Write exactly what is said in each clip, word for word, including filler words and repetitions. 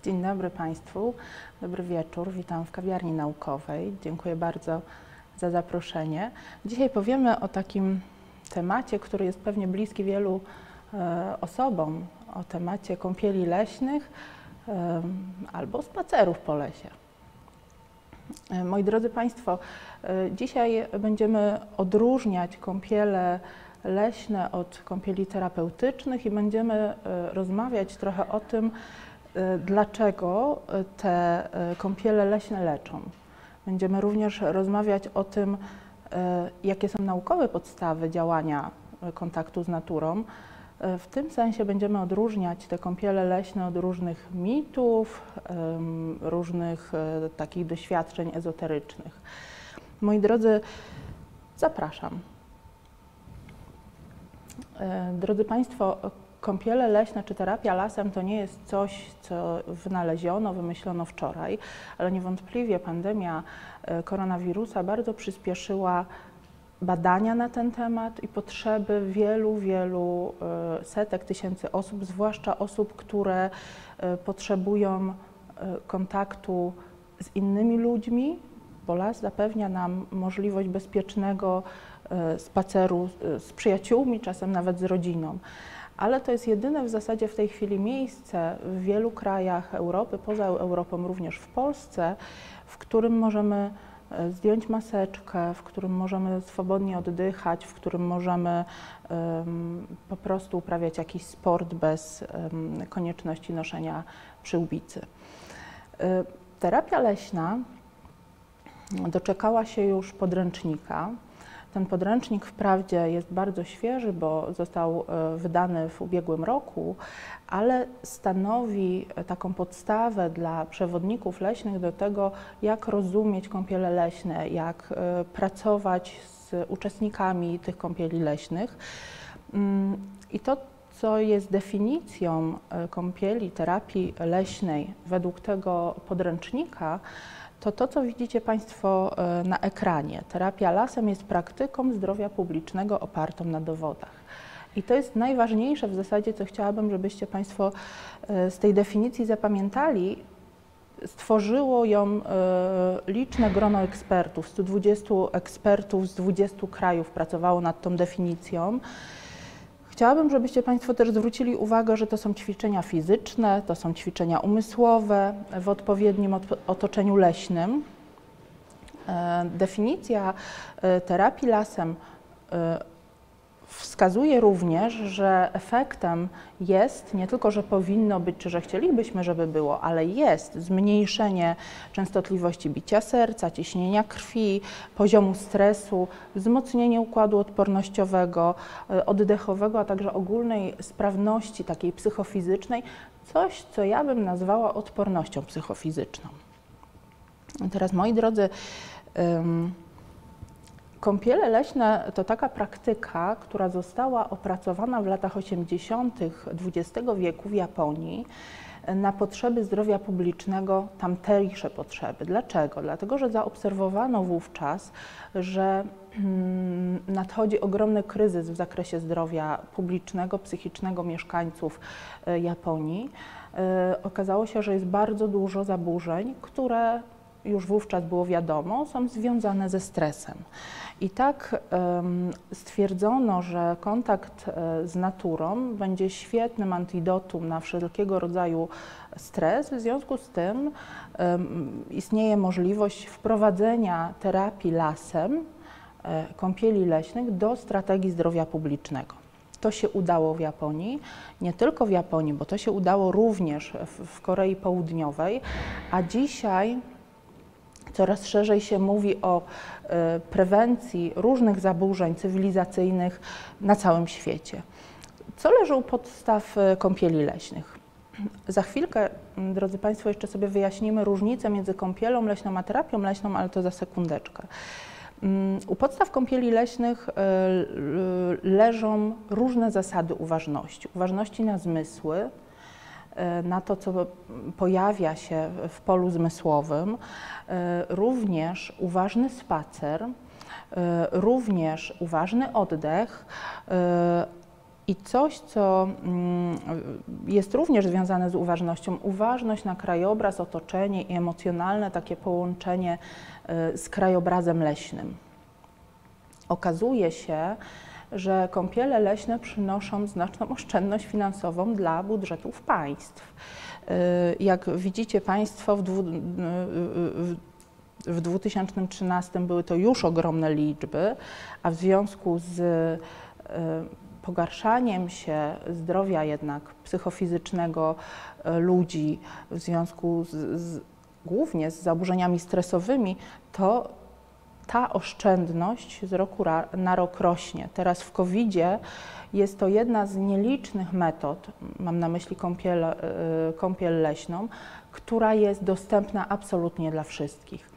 Dzień dobry Państwu, dobry wieczór, witam w kawiarni naukowej. Dziękuję bardzo za zaproszenie. Dzisiaj powiemy o takim temacie, który jest pewnie bliski wielu e, osobom, o temacie kąpieli leśnych e, albo spacerów po lesie. E, moi drodzy Państwo, e, dzisiaj będziemy odróżniać kąpiele leśne od kąpieli terapeutycznych i będziemy e, rozmawiać trochę o tym, dlaczego te kąpiele leśne leczą. Będziemy również rozmawiać o tym, jakie są naukowe podstawy działania kontaktu z naturą. W tym sensie będziemy odróżniać te kąpiele leśne od różnych mitów, różnych takich doświadczeń ezoterycznych. Moi drodzy, zapraszam. Drodzy Państwo, kąpiele leśne czy terapia lasem to nie jest coś, co wynaleziono, wymyślono wczoraj, ale niewątpliwie pandemia koronawirusa bardzo przyspieszyła badania na ten temat i potrzeby wielu, wielu setek tysięcy osób, zwłaszcza osób, które potrzebują kontaktu z innymi ludźmi, bo las zapewnia nam możliwość bezpiecznego spaceru z przyjaciółmi, czasem nawet z rodziną. Ale to jest jedyne w zasadzie w tej chwili miejsce w wielu krajach Europy, poza Europą, również w Polsce, w którym możemy zdjąć maseczkę, w którym możemy swobodnie oddychać, w którym możemy um, po prostu uprawiać jakiś sport bez um, konieczności noszenia przyłbicy. Y, terapia leśna doczekała się już podręcznika. Ten podręcznik wprawdzie jest bardzo świeży, bo został wydany w ubiegłym roku, ale stanowi taką podstawę dla przewodników leśnych do tego, jak rozumieć kąpiele leśne, jak pracować z uczestnikami tych kąpieli leśnych. I to, co jest definicją kąpieli, terapii leśnej według tego podręcznika, to to, co widzicie Państwo na ekranie. Terapia lasem jest praktyką zdrowia publicznego opartą na dowodach. I to jest najważniejsze w zasadzie, co chciałabym, żebyście Państwo z tej definicji zapamiętali. Stworzyło ją liczne grono ekspertów, stu dwudziestu ekspertów z dwudziestu krajów pracowało nad tą definicją. Chciałabym, żebyście Państwo też zwrócili uwagę, że to są ćwiczenia fizyczne, to są ćwiczenia umysłowe w odpowiednim otoczeniu leśnym. Definicja terapii lasem wskazuje również, że efektem jest nie tylko, że powinno być, czy że chcielibyśmy, żeby było, ale jest zmniejszenie częstotliwości bicia serca, ciśnienia krwi, poziomu stresu, wzmocnienie układu odpornościowego, oddechowego, a także ogólnej sprawności takiej psychofizycznej, coś, co ja bym nazwała odpornością psychofizyczną. I teraz, moi drodzy, um, kąpiele leśne to taka praktyka, która została opracowana w latach osiemdziesiątych dwudziestego wieku w Japonii na potrzeby zdrowia publicznego, tamtejsze potrzeby. Dlaczego? Dlatego, że zaobserwowano wówczas, że nadchodzi ogromny kryzys w zakresie zdrowia publicznego, psychicznego mieszkańców Japonii. Okazało się, że jest bardzo dużo zaburzeń, które już wówczas było wiadomo, są związane ze stresem. I tak um, stwierdzono, że kontakt z naturą będzie świetnym antidotum na wszelkiego rodzaju stres. W związku z tym um, istnieje możliwość wprowadzenia terapii lasem, e, kąpieli leśnych do strategii zdrowia publicznego. To się udało w Japonii, nie tylko w Japonii, bo to się udało również w, w Korei Południowej, a dzisiaj coraz szerzej się mówi o e, prewencji różnych zaburzeń cywilizacyjnych na całym świecie. Co leży u podstaw kąpieli leśnych? Za chwilkę, drodzy Państwo, jeszcze sobie wyjaśnimy różnicę między kąpielą leśną a terapią leśną, ale to za sekundeczkę. U podstaw kąpieli leśnych leżą różne zasady uważności. Uważności na zmysły, na to, co pojawia się w polu zmysłowym, również uważny spacer, również uważny oddech, I coś, co jest również związane z uważnością, uważność na krajobraz, otoczenie i emocjonalne takie połączenie z krajobrazem leśnym. Okazuje się, że kąpiele leśne przynoszą znaczną oszczędność finansową dla budżetów państw. Jak widzicie Państwo, w, dwu, w dwa tysiące trzynastym były to już ogromne liczby, a w związku z pogarszaniem się zdrowia jednak psychofizycznego ludzi, w związku z, z, głównie z zaburzeniami stresowymi, to ta oszczędność z roku na rok rośnie. Teraz w kowidzie jest to jedna z nielicznych metod, mam na myśli kąpiel, kąpiel leśną, która jest dostępna absolutnie dla wszystkich.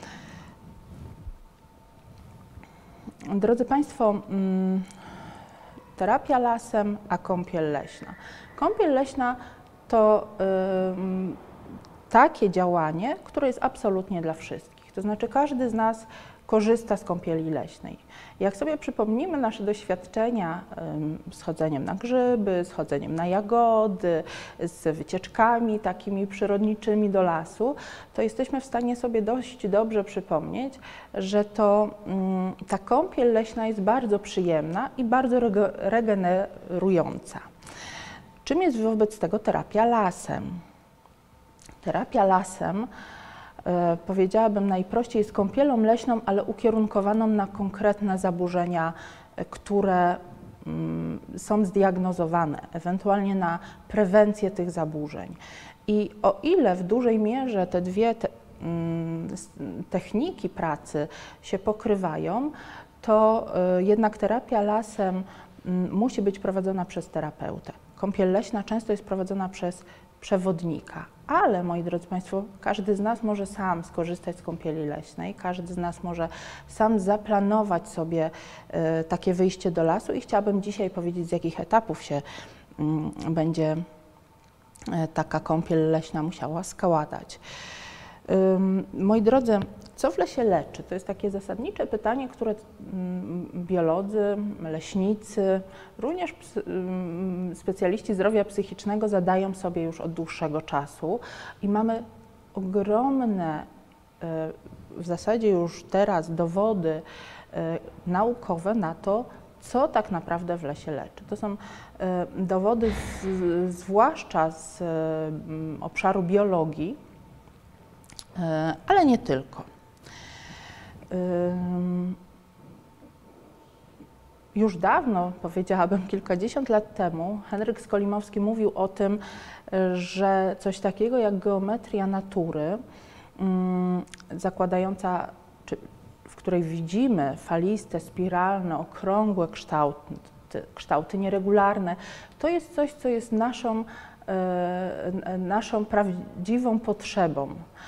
Drodzy Państwo, terapia lasem, a kąpiel leśna. Kąpiel leśna to y, takie działanie, które jest absolutnie dla wszystkich. To znaczy każdy z nas korzysta z kąpieli leśnej. Jak sobie przypomnimy nasze doświadczenia z chodzeniem na grzyby, z chodzeniem na jagody, z wycieczkami takimi przyrodniczymi do lasu, to jesteśmy w stanie sobie dość dobrze przypomnieć, że to ta kąpiel leśna jest bardzo przyjemna i bardzo regenerująca. Czym jest wobec tego terapia lasem? Terapia lasem, powiedziałabym najprościej, jest kąpielą leśną, ale ukierunkowaną na konkretne zaburzenia, które są zdiagnozowane, ewentualnie na prewencję tych zaburzeń. I o ile w dużej mierze te dwie te, techniki pracy się pokrywają, to jednak terapia lasem musi być prowadzona przez terapeutę. Kąpiel leśna często jest prowadzona przez przewodnika, ale moi drodzy Państwo, każdy z nas może sam skorzystać z kąpieli leśnej, każdy z nas może sam zaplanować sobie y, takie wyjście do lasu i chciałabym dzisiaj powiedzieć, z jakich etapów się y, będzie y, taka kąpiel leśna musiała składać. Y, moi drodzy, co w lesie leczy? To jest takie zasadnicze pytanie, które biolodzy, leśnicy, również specjaliści zdrowia psychicznego zadają sobie już od dłuższego czasu i mamy ogromne, w zasadzie już teraz dowody naukowe na to, co tak naprawdę w lesie leczy. To są dowody z, zwłaszcza z obszaru biologii, ale nie tylko. Już dawno, powiedziałabym kilkadziesiąt lat temu, Henryk Skolimowski mówił o tym, że coś takiego jak geometria natury, zakładająca, czy w której widzimy faliste, spiralne, okrągłe kształty, kształty nieregularne, to jest coś, co jest naszą, naszą prawdziwą potrzebą.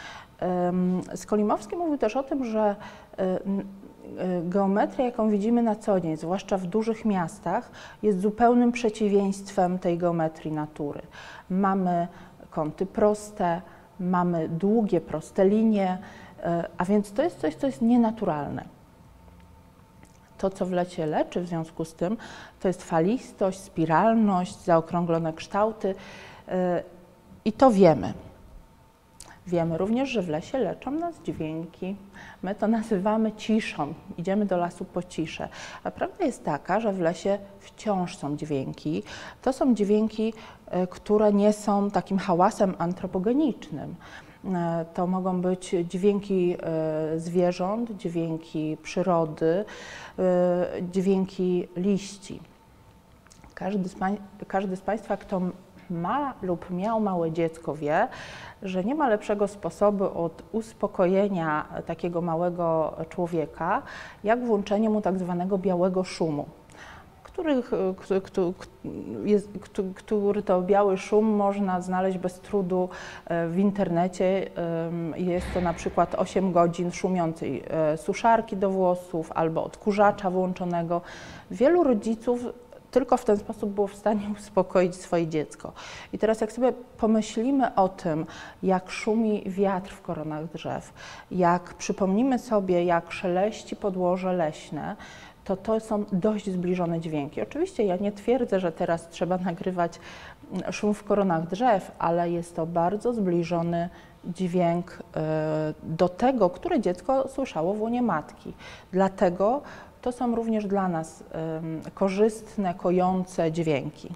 Skolimowski mówił też o tym, że geometria, jaką widzimy na co dzień, zwłaszcza w dużych miastach, jest zupełnym przeciwieństwem tej geometrii natury. Mamy kąty proste, mamy długie, proste linie, a więc to jest coś, co jest nienaturalne. To, co w lesie leczy w związku z tym, to jest falistość, spiralność, zaokrąglone kształty i to wiemy. Wiemy również, że w lesie leczą nas dźwięki. My to nazywamy ciszą. Idziemy do lasu po ciszę. A prawda jest taka, że w lesie wciąż są dźwięki. To są dźwięki, które nie są takim hałasem antropogenicznym. To mogą być dźwięki zwierząt, dźwięki przyrody, dźwięki liści. Każdy z, pań, każdy z Państwa, kto ma lub miał małe dziecko, wie, że nie ma lepszego sposobu od uspokojenia takiego małego człowieka, jak włączenie mu tak zwanego białego szumu, który, jest, który to biały szum można znaleźć bez trudu w internecie. Jest to na przykład osiem godzin szumiącej suszarki do włosów albo odkurzacza włączonego. Wielu rodziców tylko w ten sposób było w stanie uspokoić swoje dziecko. I teraz jak sobie pomyślimy o tym, jak szumi wiatr w koronach drzew, jak przypomnimy sobie, jak szeleści podłoże leśne, to to są dość zbliżone dźwięki. Oczywiście ja nie twierdzę, że teraz trzeba nagrywać szum w koronach drzew, ale jest to bardzo zbliżony dźwięk do tego, który dziecko słyszało w łonie matki. Dlatego to są również dla nas korzystne, kojące dźwięki.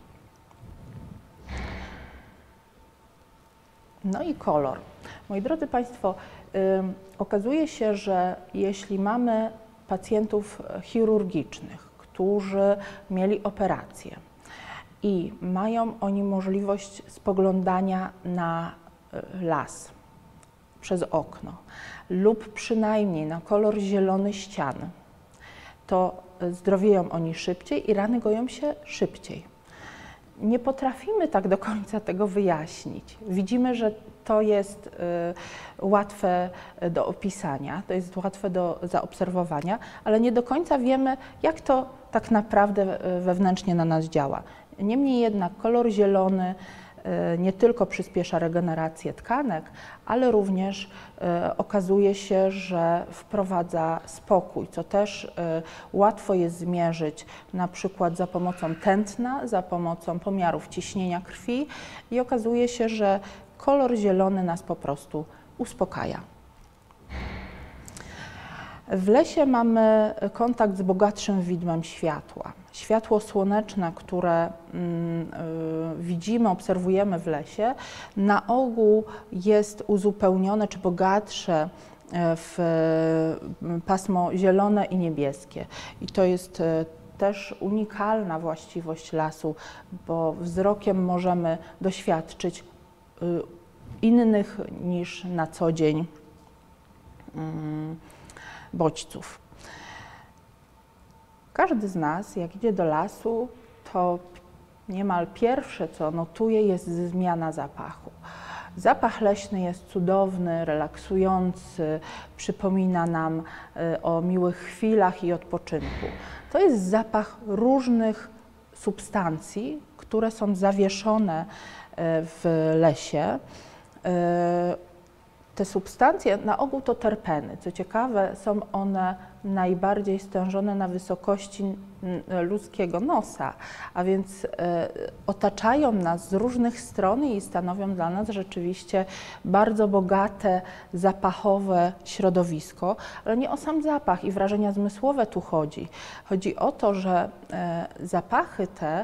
No i kolor. Moi drodzy Państwo, okazuje się, że jeśli mamy pacjentów chirurgicznych, którzy mieli operację i mają oni możliwość spoglądania na las przez okno lub przynajmniej na kolor zielony ścian, to zdrowieją oni szybciej i rany goją się szybciej. Nie potrafimy tak do końca tego wyjaśnić. Widzimy, że to jest y, łatwe do opisania, to jest łatwe do zaobserwowania, ale nie do końca wiemy, jak to tak naprawdę wewnętrznie na nas działa. Niemniej jednak kolor zielony y, nie tylko przyspiesza regenerację tkanek, ale również y, okazuje się, że wprowadza spokój, co też y, łatwo jest zmierzyć na przykład za pomocą tętna, za pomocą pomiarów ciśnienia krwi i okazuje się, że kolor zielony nas po prostu uspokaja. W lesie mamy kontakt z bogatszym widmem światła. Światło słoneczne, które mm, y, widzimy, obserwujemy w lesie, na ogół jest uzupełnione czy bogatsze w pasmo zielone i niebieskie. I to jest też unikalna właściwość lasu, bo wzrokiem możemy doświadczyć innych niż na co dzień bodźców. Każdy z nas, jak idzie do lasu, to niemal pierwsze, co notuje, jest zmiana zapachu. Zapach leśny jest cudowny, relaksujący, przypomina nam o miłych chwilach i odpoczynku. To jest zapach różnych substancji, które są zawieszone w lesie. Te substancje na ogół to terpeny. Co ciekawe, są one najbardziej stężone na wysokości ludzkiego nosa, a więc otaczają nas z różnych stron i stanowią dla nas rzeczywiście bardzo bogate, zapachowe środowisko, ale nie o sam zapach i wrażenia zmysłowe tu chodzi. Chodzi o to, że zapachy te,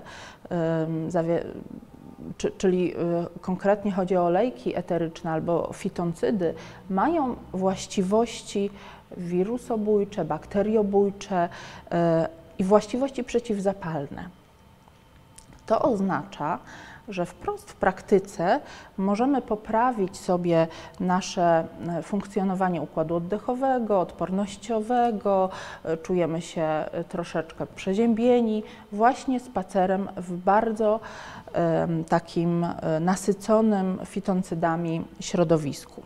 czyli konkretnie chodzi o olejki eteryczne albo fitoncydy, mają właściwości wirusobójcze, bakteriobójcze i właściwości przeciwzapalne. To oznacza, że wprost w praktyce możemy poprawić sobie nasze funkcjonowanie układu oddechowego, odpornościowego, czujemy się troszeczkę przeziębieni właśnie spacerem w bardzo takim nasyconym fitoncydami środowisku.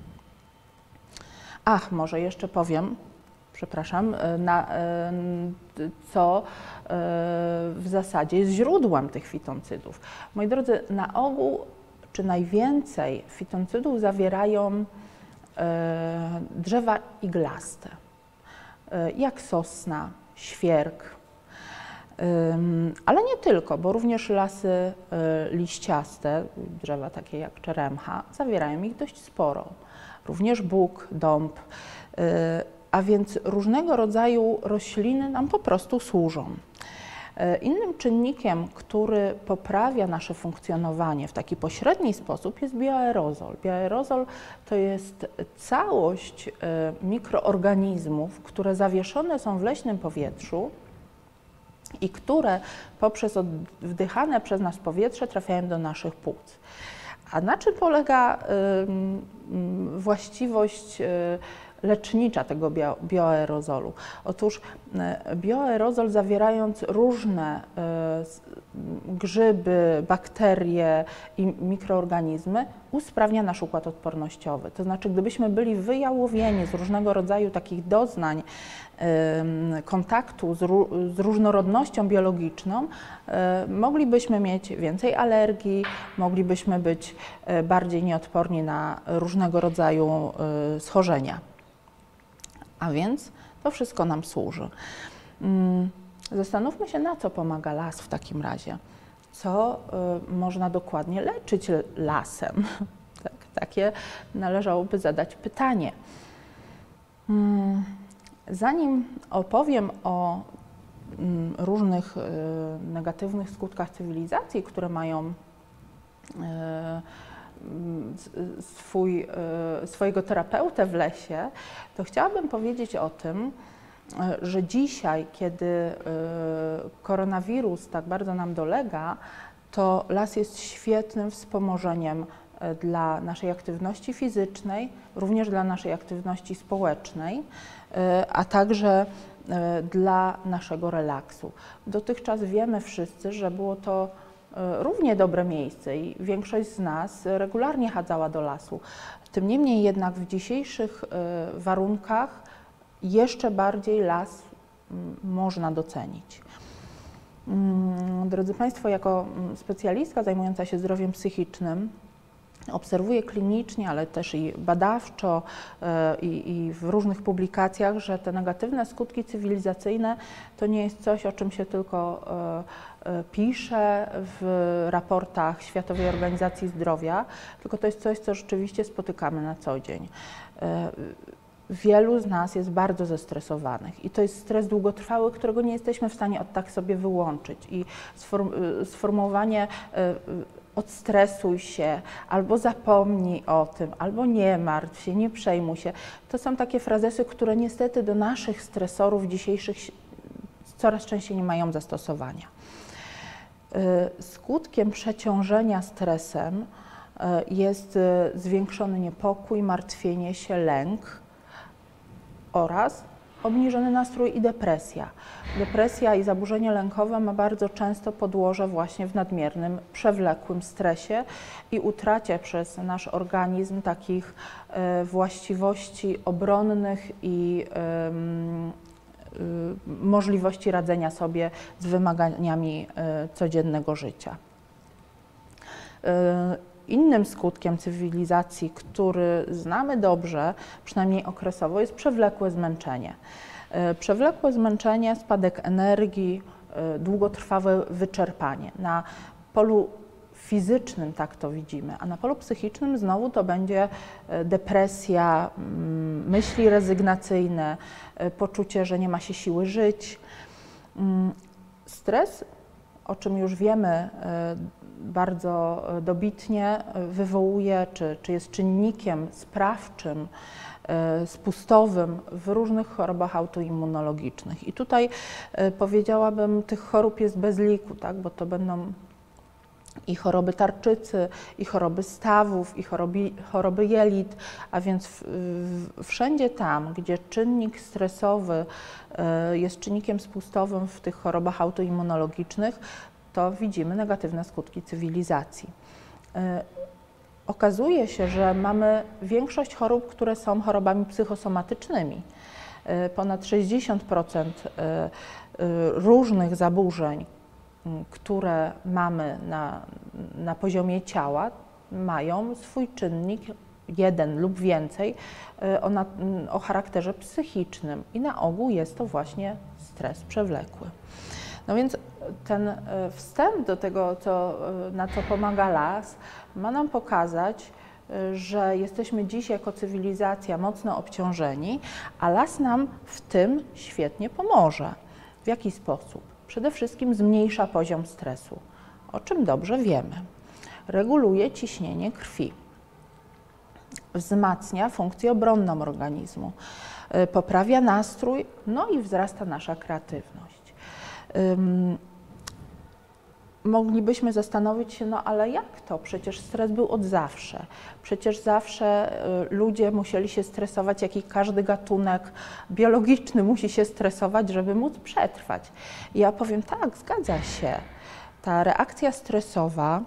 Ach, może jeszcze powiem, przepraszam, na, co w zasadzie jest źródłem tych fitoncydów. Moi drodzy, na ogół czy najwięcej fitoncydów zawierają drzewa iglaste, jak sosna, świerk, ale nie tylko, bo również lasy liściaste, drzewa takie jak czeremcha, zawierają ich dość sporo. Również bóg, dąb, a więc różnego rodzaju rośliny nam po prostu służą. Innym czynnikiem, który poprawia nasze funkcjonowanie w taki pośredni sposób, jest bioaerozol. Bioaerozol to jest całość mikroorganizmów, które zawieszone są w leśnym powietrzu i które poprzez wdychane przez nas powietrze trafiają do naszych płuc. A na czym polega y, y, właściwość y, lecznicza tego bio, bioaerozolu? Otóż y, bioaerozol, zawierając różne y, grzyby, bakterie i mikroorganizmy, usprawnia nasz układ odpornościowy. To znaczy, gdybyśmy byli wyjałowieni z różnego rodzaju takich doznań, kontaktu z, z różnorodnością biologiczną, moglibyśmy mieć więcej alergii, moglibyśmy być bardziej nieodporni na różnego rodzaju schorzenia. A więc to wszystko nam służy. Zastanówmy się, na co pomaga las w takim razie. Co y, można dokładnie leczyć lasem? Tak, takie należałoby zadać pytanie. Hmm. Zanim opowiem o mm, różnych y, negatywnych skutkach cywilizacji, które mają y, swój, y, swojego terapeutę w lesie, to chciałabym powiedzieć o tym, że dzisiaj, kiedy koronawirus tak bardzo nam dolega, to las jest świetnym wspomożeniem dla naszej aktywności fizycznej, również dla naszej aktywności społecznej, a także dla naszego relaksu. Dotychczas wiemy wszyscy, że było to równie dobre miejsce i większość z nas regularnie chadzała do lasu. Tym niemniej jednak w dzisiejszych warunkach jeszcze bardziej las można docenić. Drodzy Państwo, jako specjalistka zajmująca się zdrowiem psychicznym, obserwuję klinicznie, ale też i badawczo i, i w różnych publikacjach, że te negatywne skutki cywilizacyjne to nie jest coś, o czym się tylko pisze w raportach Światowej Organizacji Zdrowia, tylko to jest coś, co rzeczywiście spotykamy na co dzień. Wielu z nas jest bardzo zestresowanych i to jest stres długotrwały, którego nie jesteśmy w stanie od tak sobie wyłączyć i sform sformułowanie odstresuj się, albo zapomnij o tym, albo nie martw się, nie przejmuj się. To są takie frazesy, które niestety do naszych stresorów dzisiejszych coraz częściej nie mają zastosowania. Skutkiem przeciążenia stresem jest zwiększony niepokój, martwienie się, lęk oraz obniżony nastrój i depresja. Depresja i zaburzenie lękowe ma bardzo często podłoże właśnie w nadmiernym, przewlekłym stresie i utracie przez nasz organizm takich e, właściwości obronnych i e, e, możliwości radzenia sobie z wymaganiami e, codziennego życia. E, Innym skutkiem cywilizacji, który znamy dobrze, przynajmniej okresowo, jest przewlekłe zmęczenie. Przewlekłe zmęczenie, spadek energii, długotrwałe wyczerpanie. Na polu fizycznym tak to widzimy, a na polu psychicznym znowu to będzie depresja, myśli rezygnacyjne, poczucie, że nie ma się siły żyć. Stres, o czym już wiemy bardzo dobitnie, wywołuje, czy, czy jest czynnikiem sprawczym, spustowym w różnych chorobach autoimmunologicznych. I tutaj powiedziałabym, tych chorób jest bez liku, tak? Bo to będą i choroby tarczycy, i choroby stawów, i choroby, choroby jelit, a więc w, w, wszędzie tam, gdzie czynnik stresowy jest czynnikiem spustowym w tych chorobach autoimmunologicznych, to widzimy negatywne skutki cywilizacji. Okazuje się, że mamy większość chorób, które są chorobami psychosomatycznymi. Ponad sześćdziesiąt procent różnych zaburzeń, które mamy na, na poziomie ciała, mają swój czynnik, jeden lub więcej, o, na, o charakterze psychicznym i na ogół jest to właśnie stres przewlekły. No więc ten wstęp do tego, co, na co pomaga las, ma nam pokazać, że jesteśmy dziś jako cywilizacja mocno obciążeni, a las nam w tym świetnie pomoże. W jaki sposób? Przede wszystkim zmniejsza poziom stresu, o czym dobrze wiemy. Reguluje ciśnienie krwi, wzmacnia funkcję obronną organizmu, poprawia nastrój, no i wzrasta nasza kreatywność. Um, moglibyśmy zastanowić się, no ale jak to? Przecież stres był od zawsze. Przecież zawsze y, ludzie musieli się stresować, jak i każdy gatunek biologiczny musi się stresować, żeby móc przetrwać. I ja powiem tak, zgadza się. Ta reakcja stresowa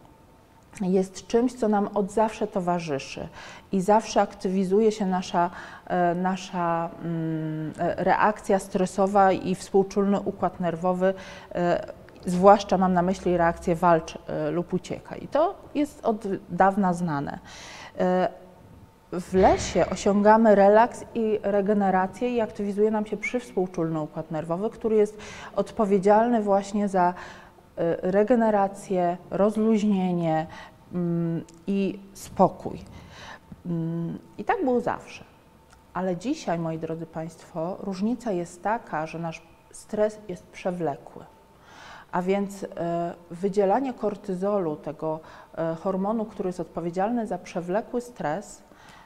jest czymś, co nam od zawsze towarzyszy i zawsze aktywizuje się nasza, nasza reakcja stresowa i współczulny układ nerwowy, zwłaszcza mam na myśli reakcję walcz lub uciekaj. I to jest od dawna znane. w lesie osiągamy relaks i regenerację i aktywizuje nam się przywspółczulny układ nerwowy, który jest odpowiedzialny właśnie za regenerację, rozluźnienie i spokój. I tak było zawsze. Ale dzisiaj, moi drodzy Państwo, różnica jest taka, że nasz stres jest przewlekły. A więc wydzielanie kortyzolu, tego hormonu, który jest odpowiedzialny za przewlekły stres,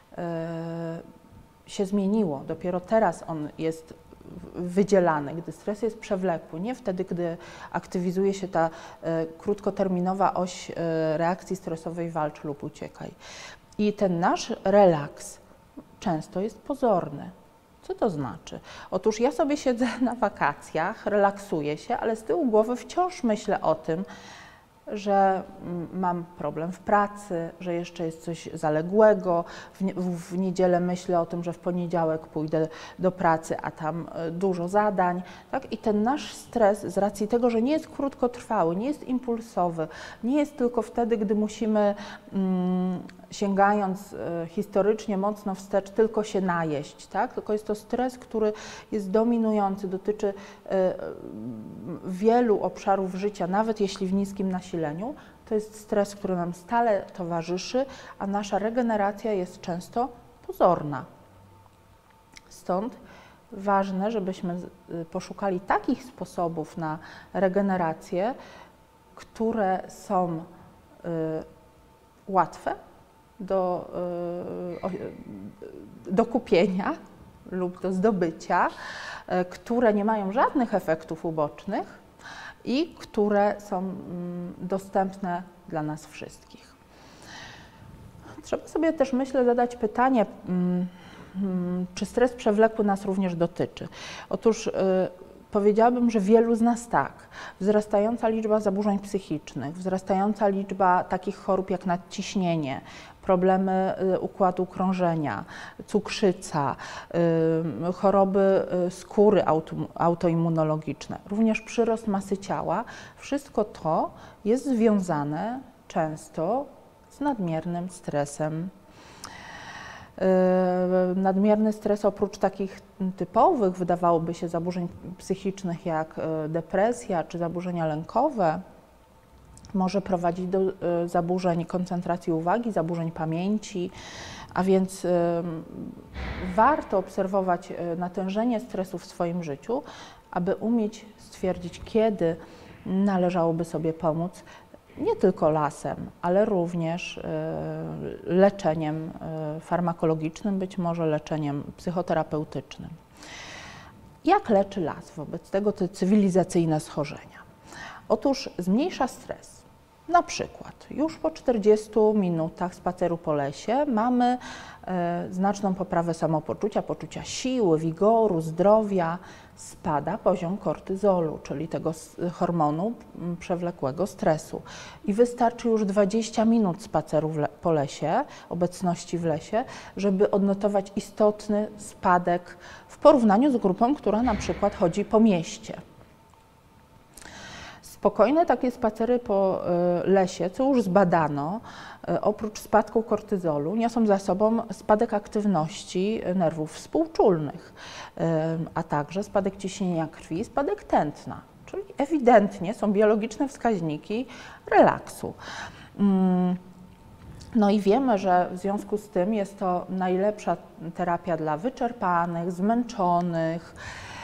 się zmieniło. Dopiero teraz on jest wydzielany, gdy stres jest przewlekły, nie wtedy, gdy aktywizuje się ta krótkoterminowa oś reakcji stresowej walcz lub uciekaj. I ten nasz relaks często jest pozorny. Co to znaczy? Otóż ja sobie siedzę na wakacjach, relaksuję się, ale z tyłu głowy wciąż myślę o tym, że mam problem w pracy, że jeszcze jest coś zaległego. W, nie, w niedzielę myślę o tym, że w poniedziałek pójdę do pracy, a tam dużo zadań. Tak? I ten nasz stres z racji tego, że nie jest krótkotrwały, nie jest impulsowy, nie jest tylko wtedy, gdy musimy mm, sięgając e, historycznie mocno wstecz, tylko się najeść, tak? Tylko jest to stres, który jest dominujący, dotyczy e, wielu obszarów życia, nawet jeśli w niskim nasileniu. To jest stres, który nam stale towarzyszy, a nasza regeneracja jest często pozorna. Stąd ważne, żebyśmy poszukali takich sposobów na regenerację, które są y, łatwe do, y, do kupienia lub do zdobycia, y, które nie mają żadnych efektów ubocznych i które są y, dostępne dla nas wszystkich. Trzeba sobie też, myślę, zadać pytanie, y, y, czy stres przewlekły nas również dotyczy. Otóż y, powiedziałabym, że wielu z nas tak. Wzrastająca liczba zaburzeń psychicznych, wzrastająca liczba takich chorób jak nadciśnienie, problemy układu krążenia, cukrzyca, choroby skóry autoimmunologiczne, również przyrost masy ciała. Wszystko to jest związane często z nadmiernym stresem. Nadmierny stres oprócz takich typowych, wydawałoby się, zaburzeń psychicznych jak depresja czy zaburzenia lękowe, może prowadzić do zaburzeń koncentracji uwagi, zaburzeń pamięci, a więc warto obserwować natężenie stresu w swoim życiu, aby umieć stwierdzić, kiedy należałoby sobie pomóc, nie tylko lasem, ale również leczeniem farmakologicznym, być może leczeniem psychoterapeutycznym. Jak leczy las wobec tego te cywilizacyjne schorzenia? Otóż zmniejsza stres. Na przykład już po czterdziestu minutach spaceru po lesie mamy e, znaczną poprawę samopoczucia, poczucia siły, wigoru, zdrowia. Spada poziom kortyzolu, czyli tego hormonu przewlekłego stresu. I wystarczy już dwadzieścia minut spaceru w le po lesie, obecności w lesie, żeby odnotować istotny spadek w porównaniu z grupą, która na przykład chodzi po mieście. Spokojne takie spacery po lesie, co już zbadano, oprócz spadku kortyzolu, niosą za sobą spadek aktywności nerwów współczulnych, a także spadek ciśnienia krwi, spadek tętna, czyli ewidentnie są biologiczne wskaźniki relaksu. No i wiemy, że w związku z tym jest to najlepsza terapia dla wyczerpanych, zmęczonych,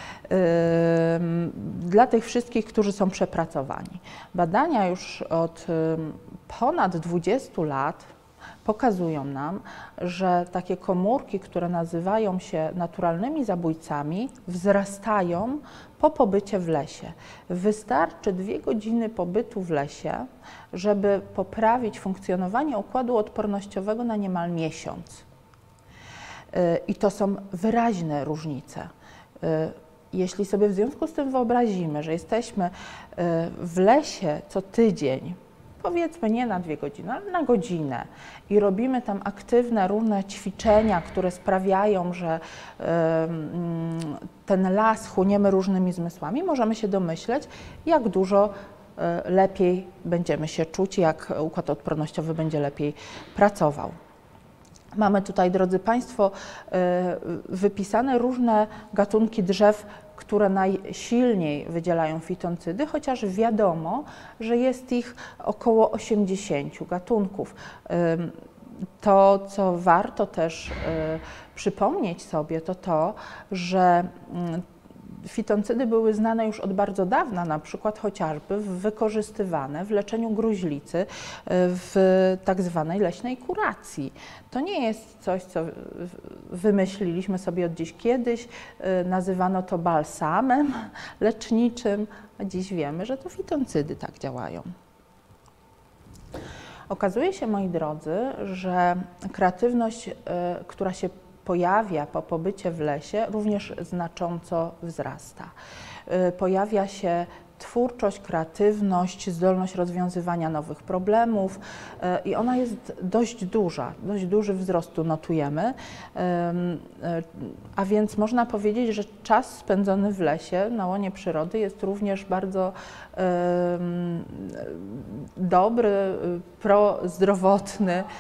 dla tych wszystkich, którzy są przepracowani. Badania już od ponad dwudziestu lat pokazują nam, że takie komórki, które nazywają się naturalnymi zabójcami, wzrastają po pobycie w lesie. Wystarczy dwie godziny pobytu w lesie, żeby poprawić funkcjonowanie układu odpornościowego na niemal miesiąc. I to są wyraźne różnice. Jeśli sobie w związku z tym wyobrazimy, że jesteśmy w lesie co tydzień, powiedzmy nie na dwie godziny, ale na godzinę i robimy tam aktywne różne ćwiczenia, które sprawiają, że ten las chłoniemy różnymi zmysłami, możemy się domyśleć, jak dużo lepiej będziemy się czuć, jak układ odpornościowy będzie lepiej pracował. Mamy tutaj, drodzy Państwo, wypisane różne gatunki drzew, które najsilniej wydzielają fitoncydy, chociaż wiadomo, że jest ich około osiemdziesięciu gatunków. To, co warto też przypomnieć sobie, to to, że fitoncydy były znane już od bardzo dawna, na przykład chociażby wykorzystywane w leczeniu gruźlicy w tak zwanej leśnej kuracji. To nie jest coś, co wymyśliliśmy sobie od dziś kiedyś, nazywano to balsamem leczniczym, a dziś wiemy, że to fitoncydy tak działają. Okazuje się, moi drodzy, że kreatywność, która się pojawia po pobycie w lesie, również znacząco wzrasta. Pojawia się twórczość, kreatywność, zdolność rozwiązywania nowych problemów i ona jest dość duża, dość duży wzrost tu notujemy, a więc można powiedzieć, że czas spędzony w lesie, na łonie przyrody jest również bardzo dobry, prozdrowotny,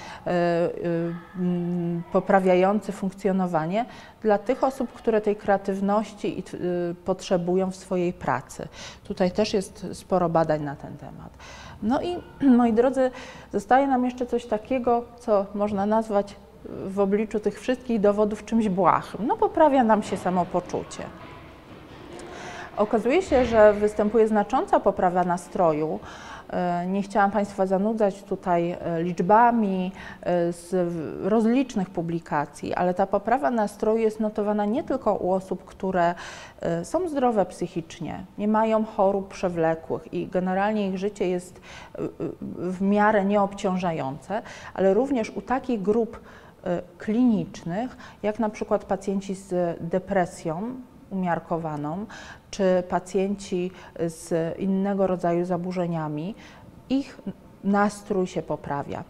poprawiający funkcjonowanie dla tych osób, które tej kreatywności potrzebują w swojej pracy. Tutaj też jest sporo badań na ten temat. No i, moi drodzy, zostaje nam jeszcze coś takiego, co można nazwać w obliczu tych wszystkich dowodów czymś błahym. No, poprawia nam się samopoczucie. Okazuje się, że występuje znacząca poprawa nastroju. Nie chciałam Państwa zanudzać tutaj liczbami z rozlicznych publikacji, ale ta poprawa nastroju jest notowana nie tylko u osób, które są zdrowe psychicznie, nie mają chorób przewlekłych i generalnie ich życie jest w miarę nieobciążające, ale również u takich grup klinicznych, jak na przykład pacjenci z depresją umiarkowaną, czy pacjenci z innego rodzaju zaburzeniami, ich nastrój się poprawia.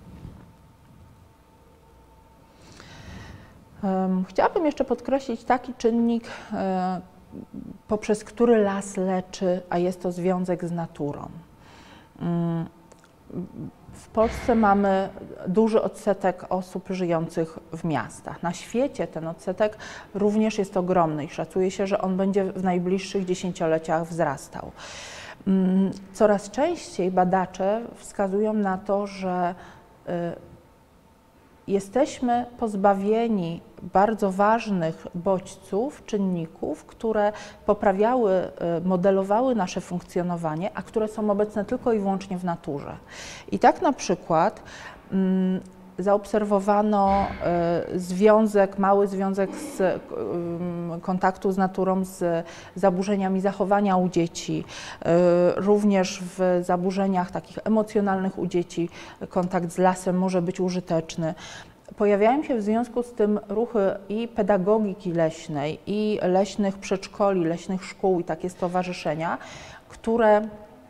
Chciałabym jeszcze podkreślić taki czynnik, poprzez który las leczy, a jest to związek z naturą. W Polsce mamy duży odsetek osób żyjących w miastach. Na świecie ten odsetek również jest ogromny i szacuje się, że on będzie w najbliższych dziesięcioleciach wzrastał. Coraz częściej badacze wskazują na to, że jesteśmy pozbawieni bardzo ważnych bodźców, czynników, które poprawiały, modelowały nasze funkcjonowanie, a które są obecne tylko i wyłącznie w naturze. I tak na przykład mm, zaobserwowano y, związek, mały związek z y, kontaktu z naturą z zaburzeniami zachowania u dzieci, y, również w zaburzeniach takich emocjonalnych u dzieci kontakt z lasem może być użyteczny. Pojawiają się w związku z tym ruchy i pedagogiki leśnej, i leśnych przedszkoli, leśnych szkół i takie stowarzyszenia, które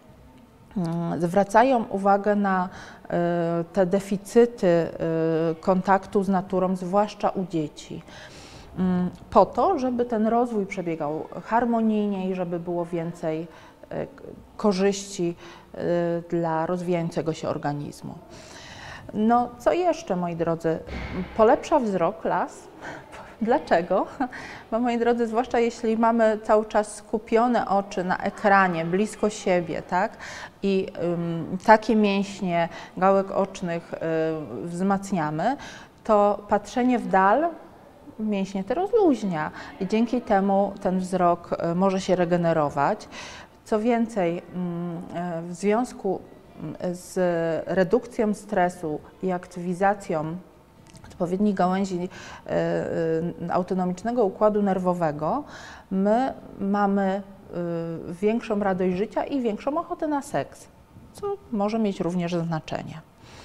zwracają uwagę na te deficyty kontaktu z naturą, zwłaszcza u dzieci, po to, żeby ten rozwój przebiegał harmonijniej, żeby było więcej korzyści dla rozwijającego się organizmu. No, co jeszcze, moi drodzy? Polepsza wzrok las. Dlaczego? Bo, moi drodzy, zwłaszcza jeśli mamy cały czas skupione oczy na ekranie, blisko siebie, tak? I ym, takie mięśnie gałek ocznych y, wzmacniamy, to patrzenie w dal mięśnie te rozluźnia i dzięki temu ten wzrok y, może się regenerować. Co więcej, y, w związku z redukcją stresu i aktywizacją odpowiednich gałęzi autonomicznego układu nerwowego, my mamy większą radość życia i większą ochotę na seks, co może mieć również znaczenie.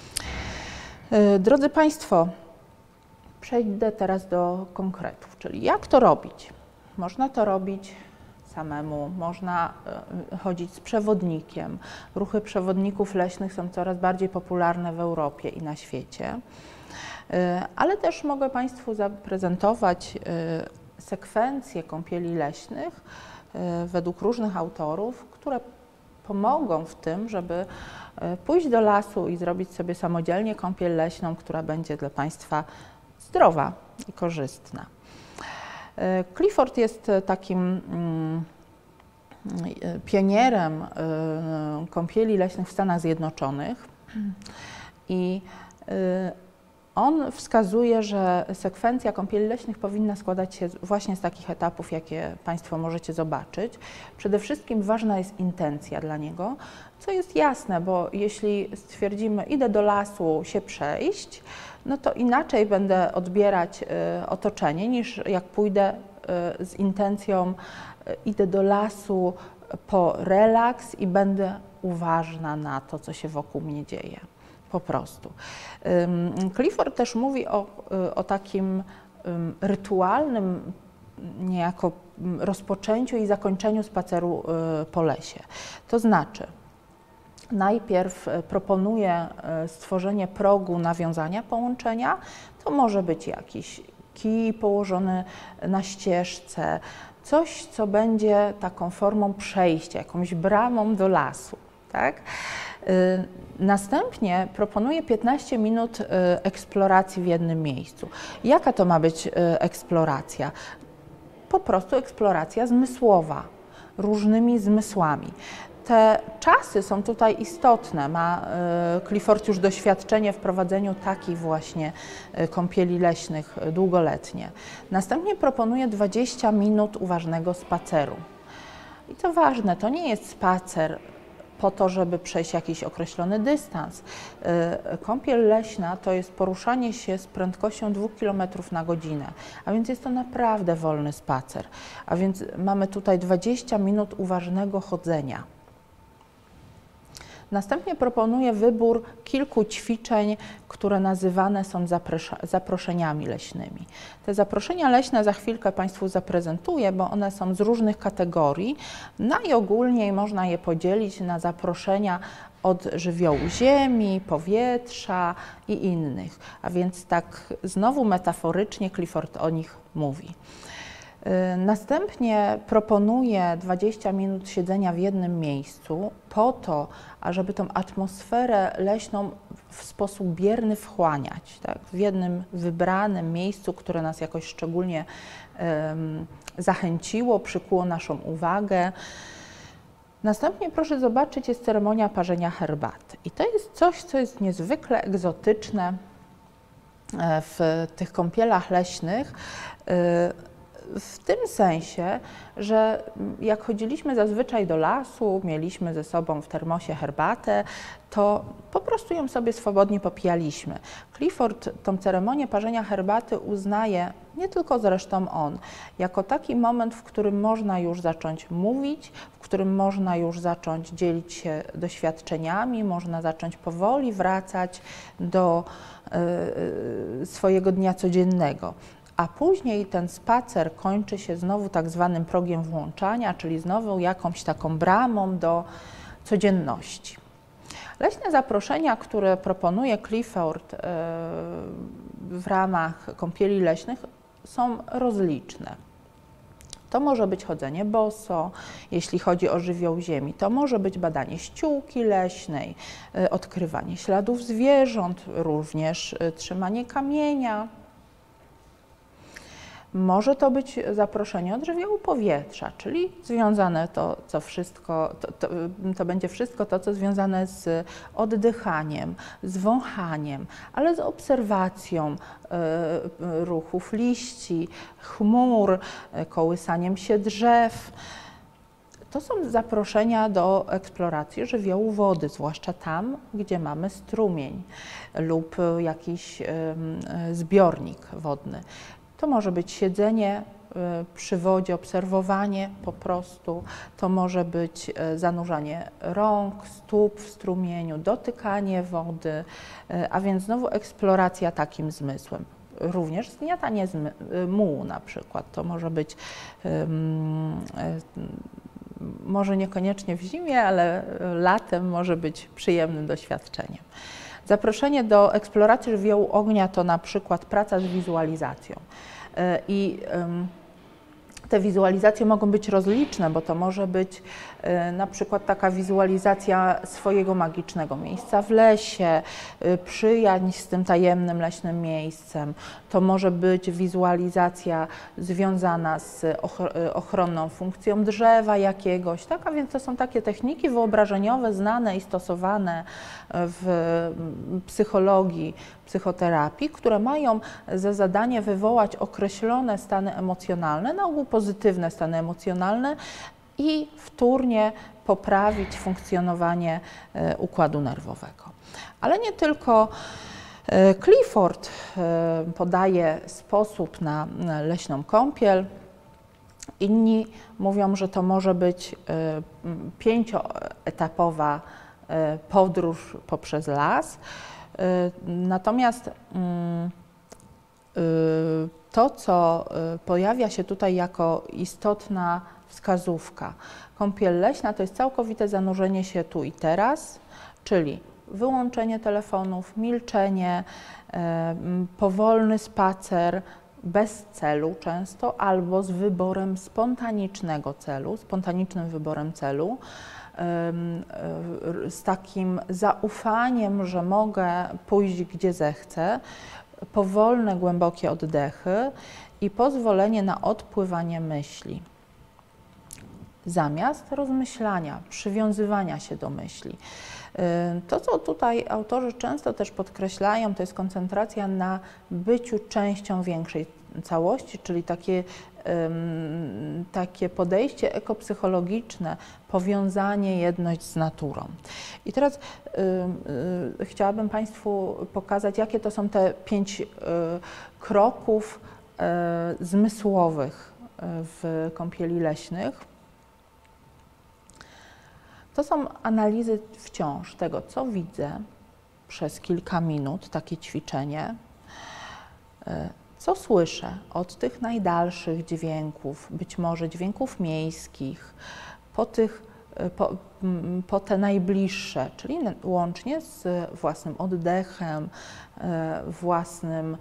Drodzy Państwo, przejdę teraz do konkretów, czyli jak to robić? Można to robić samemu, można chodzić z przewodnikiem. Ruchy przewodników leśnych są coraz bardziej popularne w Europie i na świecie. Ale też mogę Państwu zaprezentować sekwencje kąpieli leśnych według różnych autorów, które pomogą w tym, żeby pójść do lasu i zrobić sobie samodzielnie kąpiel leśną, która będzie dla Państwa zdrowa i korzystna. Clifford jest takim pionierem kąpieli leśnych w Stanach Zjednoczonych i on wskazuje, że sekwencja kąpieli leśnych powinna składać się właśnie z takich etapów, jakie Państwo możecie zobaczyć. Przede wszystkim ważna jest intencja dla niego, co jest jasne, bo jeśli stwierdzimy, idę do lasu się przejść, no to inaczej będę odbierać y, otoczenie, niż jak pójdę y, z intencją, y, idę do lasu po relaks i będę uważna na to, co się wokół mnie dzieje. Po prostu. Clifford też mówi o, o takim rytualnym niejako rozpoczęciu i zakończeniu spaceru po lesie. To znaczy, najpierw proponuje stworzenie progu nawiązania połączenia. To może być jakiś kij położony na ścieżce, coś, co będzie taką formą przejścia, jakąś bramą do lasu. Tak? Następnie proponuję piętnaście minut eksploracji w jednym miejscu. Jaka to ma być eksploracja? Po prostu eksploracja zmysłowa, różnymi zmysłami. Te czasy są tutaj istotne. Ma Clifford już doświadczenie w prowadzeniu takich właśnie kąpieli leśnych długoletnie. Następnie proponuję dwadzieścia minut uważnego spaceru. I co ważne, to nie jest spacer po to, żeby przejść jakiś określony dystans. Kąpiel leśna to jest poruszanie się z prędkością dwóch kilometrów na godzinę, a więc jest to naprawdę wolny spacer. A więc mamy tutaj dwadzieścia minut uważnego chodzenia. Następnie proponuję wybór kilku ćwiczeń, które nazywane są zaproszeniami leśnymi. Te zaproszenia leśne za chwilkę Państwu zaprezentuję, bo one są z różnych kategorii. Najogólniej można je podzielić na zaproszenia od żywiołu ziemi, powietrza i innych. A więc tak znowu metaforycznie Clifford o nich mówi. Następnie proponuję dwadzieścia minut siedzenia w jednym miejscu po to, ażeby tą atmosferę leśną w sposób bierny wchłaniać, tak? W jednym wybranym miejscu, które nas jakoś szczególnie um, zachęciło, przykuło naszą uwagę. Następnie proszę zobaczyć, jest ceremonia parzenia herbaty. I to jest coś, co jest niezwykle egzotyczne w tych kąpielach leśnych. W tym sensie, że jak chodziliśmy zazwyczaj do lasu, mieliśmy ze sobą w termosie herbatę, to po prostu ją sobie swobodnie popijaliśmy. Clifford tą ceremonię parzenia herbaty uznaje, nie tylko zresztą on, jako taki moment, w którym można już zacząć mówić, w którym można już zacząć dzielić się doświadczeniami, można zacząć powoli wracać do y, swojego dnia codziennego. A później ten spacer kończy się znowu tak zwanym progiem włączania, czyli znowu jakąś taką bramą do codzienności. Leśne zaproszenia, które proponuje Clifford w ramach kąpieli leśnych, są rozliczne. To może być chodzenie boso, jeśli chodzi o żywioł ziemi. To może być badanie ściółki leśnej, odkrywanie śladów zwierząt, również trzymanie kamienia. Może to być zaproszenie od żywiołu powietrza, czyli związane to, co wszystko, to, to, to będzie wszystko to, co związane z oddychaniem, z wąchaniem, ale z obserwacją y, ruchów liści, chmur, y, kołysaniem się drzew. To są zaproszenia do eksploracji żywiołu wody, zwłaszcza tam, gdzie mamy strumień lub jakiś y, y, zbiornik wodny. To może być siedzenie przy wodzie, obserwowanie po prostu, to może być zanurzanie rąk, stóp w strumieniu, dotykanie wody, a więc znowu eksploracja takim zmysłem. Również zgniatanie mułu na przykład, to może być, um, może niekoniecznie w zimie, ale latem może być przyjemnym doświadczeniem. Zaproszenie do eksploracji żywiołu ognia to na przykład praca z wizualizacją. I Te wizualizacje mogą być rozliczne, bo to może być y, na przykład taka wizualizacja swojego magicznego miejsca w lesie, y, przyjaźń z tym tajemnym leśnym miejscem. To może być wizualizacja związana z ochronną funkcją drzewa jakiegoś, tak? A więc to są takie techniki wyobrażeniowe znane i stosowane w psychologii, psychoterapii, które mają za zadanie wywołać określone stany emocjonalne, na ogół pozytywne stany emocjonalne i wtórnie poprawić funkcjonowanie układu nerwowego. Ale nie tylko. Clifford podaje sposób na leśną kąpiel. Inni mówią, że to może być pięcioetapowa podróż poprzez las. Natomiast to, co pojawia się tutaj jako istotna wskazówka, kąpiel leśna to jest całkowite zanurzenie się tu i teraz, czyli wyłączenie telefonów, milczenie, powolny spacer, bez celu często, albo z wyborem spontanicznego celu, spontanicznym wyborem celu, z takim zaufaniem, że mogę pójść gdzie zechcę, powolne, głębokie oddechy i pozwolenie na odpływanie myśli. Zamiast rozmyślania, przywiązywania się do myśli. To, co tutaj autorzy często też podkreślają, to jest koncentracja na byciu częścią większej całości, czyli takie, um, takie podejście ekopsychologiczne, powiązanie, jedność z naturą. I teraz um, y, chciałabym Państwu pokazać, jakie to są te pięć y, kroków y, zmysłowych w kąpieli leśnych. To są analizy wciąż tego, co widzę przez kilka minut, takie ćwiczenie, co słyszę od tych najdalszych dźwięków, być może dźwięków miejskich, po, tych, po, po te najbliższe, czyli łącznie z własnym oddechem, własnym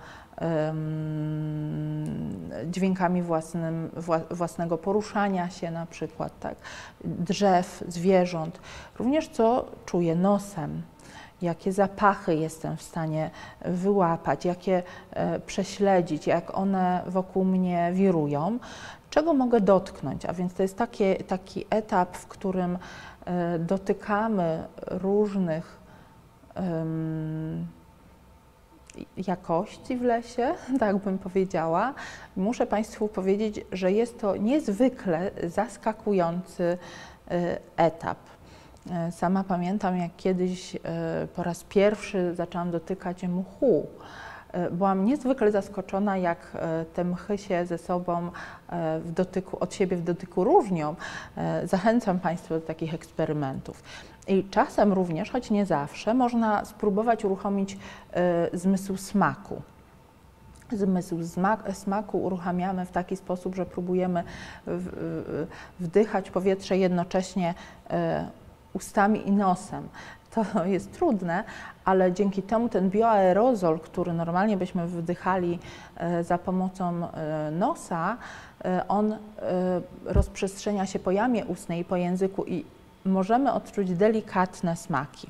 dźwiękami własnym, własnego poruszania się na przykład, tak? Drzew, zwierząt, również co czuję nosem, jakie zapachy jestem w stanie wyłapać, jakie prześledzić, jak one wokół mnie wirują, czego mogę dotknąć, a więc to jest takie, taki etap, w którym dotykamy różnych um, jakości w lesie, tak bym powiedziała. Muszę Państwu powiedzieć, że jest to niezwykle zaskakujący etap. Sama pamiętam, jak kiedyś po raz pierwszy zaczęłam dotykać mchu. Byłam niezwykle zaskoczona, jak te mchy się ze sobą w dotyku, od siebie w dotyku różnią. Zachęcam Państwa do takich eksperymentów. I czasem również, choć nie zawsze, można spróbować uruchomić y, zmysł smaku. Zmysł smaku uruchamiamy w taki sposób, że próbujemy w, y, wdychać powietrze jednocześnie y, ustami i nosem. To jest trudne, ale dzięki temu ten bioaerozol, który normalnie byśmy wdychali y, za pomocą y, nosa, y, on y, rozprzestrzenia się po jamie ustnej i po języku i możemy odczuć delikatne smaki.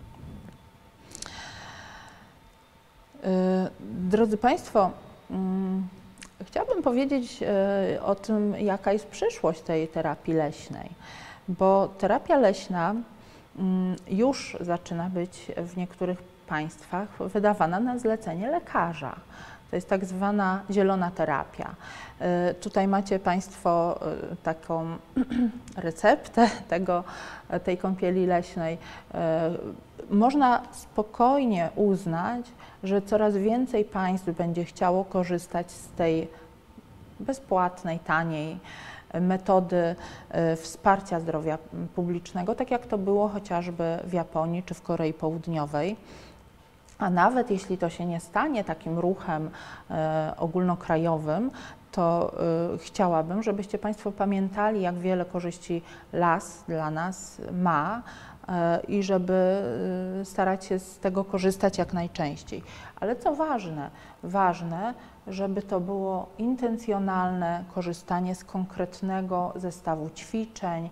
Drodzy Państwo, chciałabym powiedzieć o tym, jaka jest przyszłość tej terapii leśnej, bo terapia leśna już zaczyna być w niektórych państwach wydawana na zlecenie lekarza. To jest tak zwana zielona terapia. Tutaj macie Państwo taką receptę tego, tej kąpieli leśnej. Można spokojnie uznać, że coraz więcej państw będzie chciało korzystać z tej bezpłatnej, taniej metody wsparcia zdrowia publicznego, tak jak to było chociażby w Japonii czy w Korei Południowej. A nawet jeśli to się nie stanie takim ruchem e, ogólnokrajowym, to e, chciałabym, żebyście Państwo pamiętali, jak wiele korzyści las dla nas ma, i żeby starać się z tego korzystać jak najczęściej. Ale co ważne, ważne, żeby to było intencjonalne korzystanie z konkretnego zestawu ćwiczeń,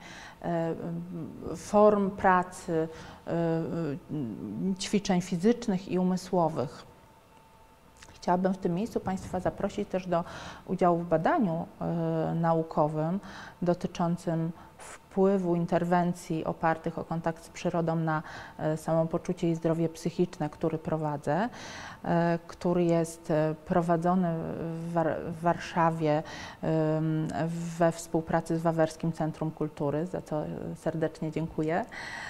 form pracy, ćwiczeń fizycznych i umysłowych. Chciałabym w tym miejscu Państwa zaprosić też do udziału w badaniu naukowym dotyczącym wpływu interwencji opartych o kontakt z przyrodą na samopoczucie i zdrowie psychiczne, który prowadzę, który jest prowadzony w, War w Warszawie we współpracy z Wawerskim Centrum Kultury, za co serdecznie dziękuję.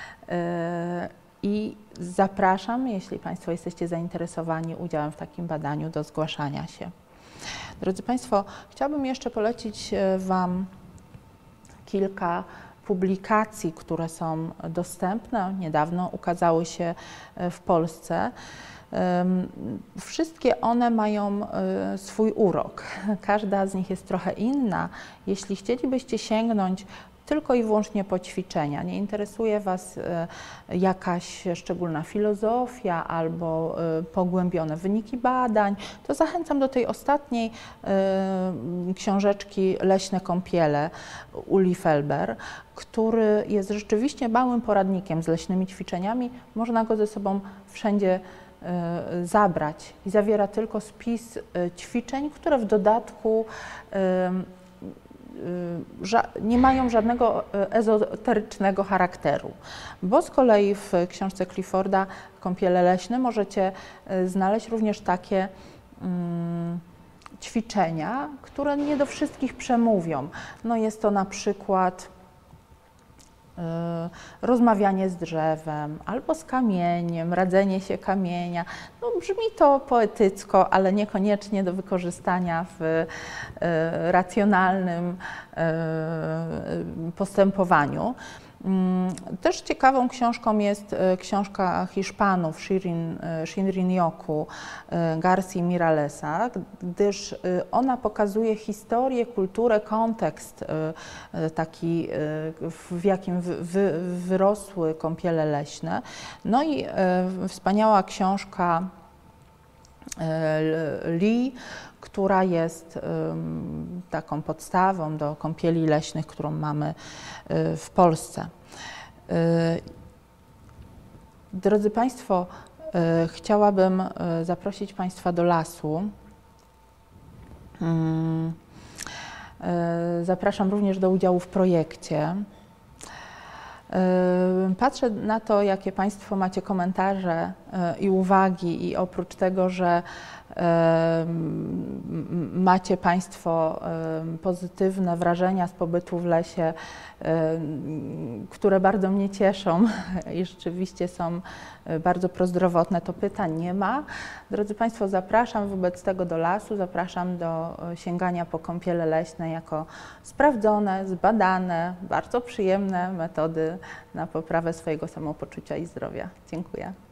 I zapraszam, jeśli Państwo jesteście zainteresowani udziałem w takim badaniu, do zgłaszania się. Drodzy Państwo, chciałabym jeszcze polecić Wam kilka publikacji, które są dostępne, niedawno ukazały się w Polsce. Wszystkie one mają swój urok. Każda z nich jest trochę inna. Jeśli chcielibyście sięgnąć tylko i wyłącznie po ćwiczenia, nie interesuje Was jakaś szczególna filozofia albo pogłębione wyniki badań, to zachęcam do tej ostatniej książeczki Leśne kąpiele Uli Felber, który jest rzeczywiście małym poradnikiem z leśnymi ćwiczeniami. Można go ze sobą wszędzie zabrać i zawiera tylko spis ćwiczeń, które w dodatku nie mają żadnego ezoterycznego charakteru, bo z kolei w książce Clifforda Kąpiele leśne możecie znaleźć również takie um, ćwiczenia, które nie do wszystkich przemówią. No jest to na przykład rozmawianie z drzewem albo z kamieniem, radzenie się kamienia. No, brzmi to poetycko, ale niekoniecznie do wykorzystania w racjonalnym postępowaniu. Też ciekawą książką jest książka Hiszpanów Shirin, Shinrin-yoku García Miralesa, gdyż ona pokazuje historię, kulturę, kontekst taki, w jakim wy, wyrosły kąpiele leśne. No i wspaniała książka Lee, która jest um, taką podstawą do kąpieli leśnych, którą mamy y, w Polsce. Y, drodzy Państwo, y, chciałabym y, zaprosić Państwa do lasu. Y, y, zapraszam również do udziału w projekcie. Patrzę na to, jakie Państwo macie komentarze i uwagi, i oprócz tego, że macie Państwo pozytywne wrażenia z pobytu w lesie, które bardzo mnie cieszą i rzeczywiście są bardzo prozdrowotne, to pytań nie ma. Drodzy Państwo, zapraszam wobec tego do lasu, zapraszam do sięgania po kąpiele leśne jako sprawdzone, zbadane, bardzo przyjemne metody na poprawę swojego samopoczucia i zdrowia. Dziękuję.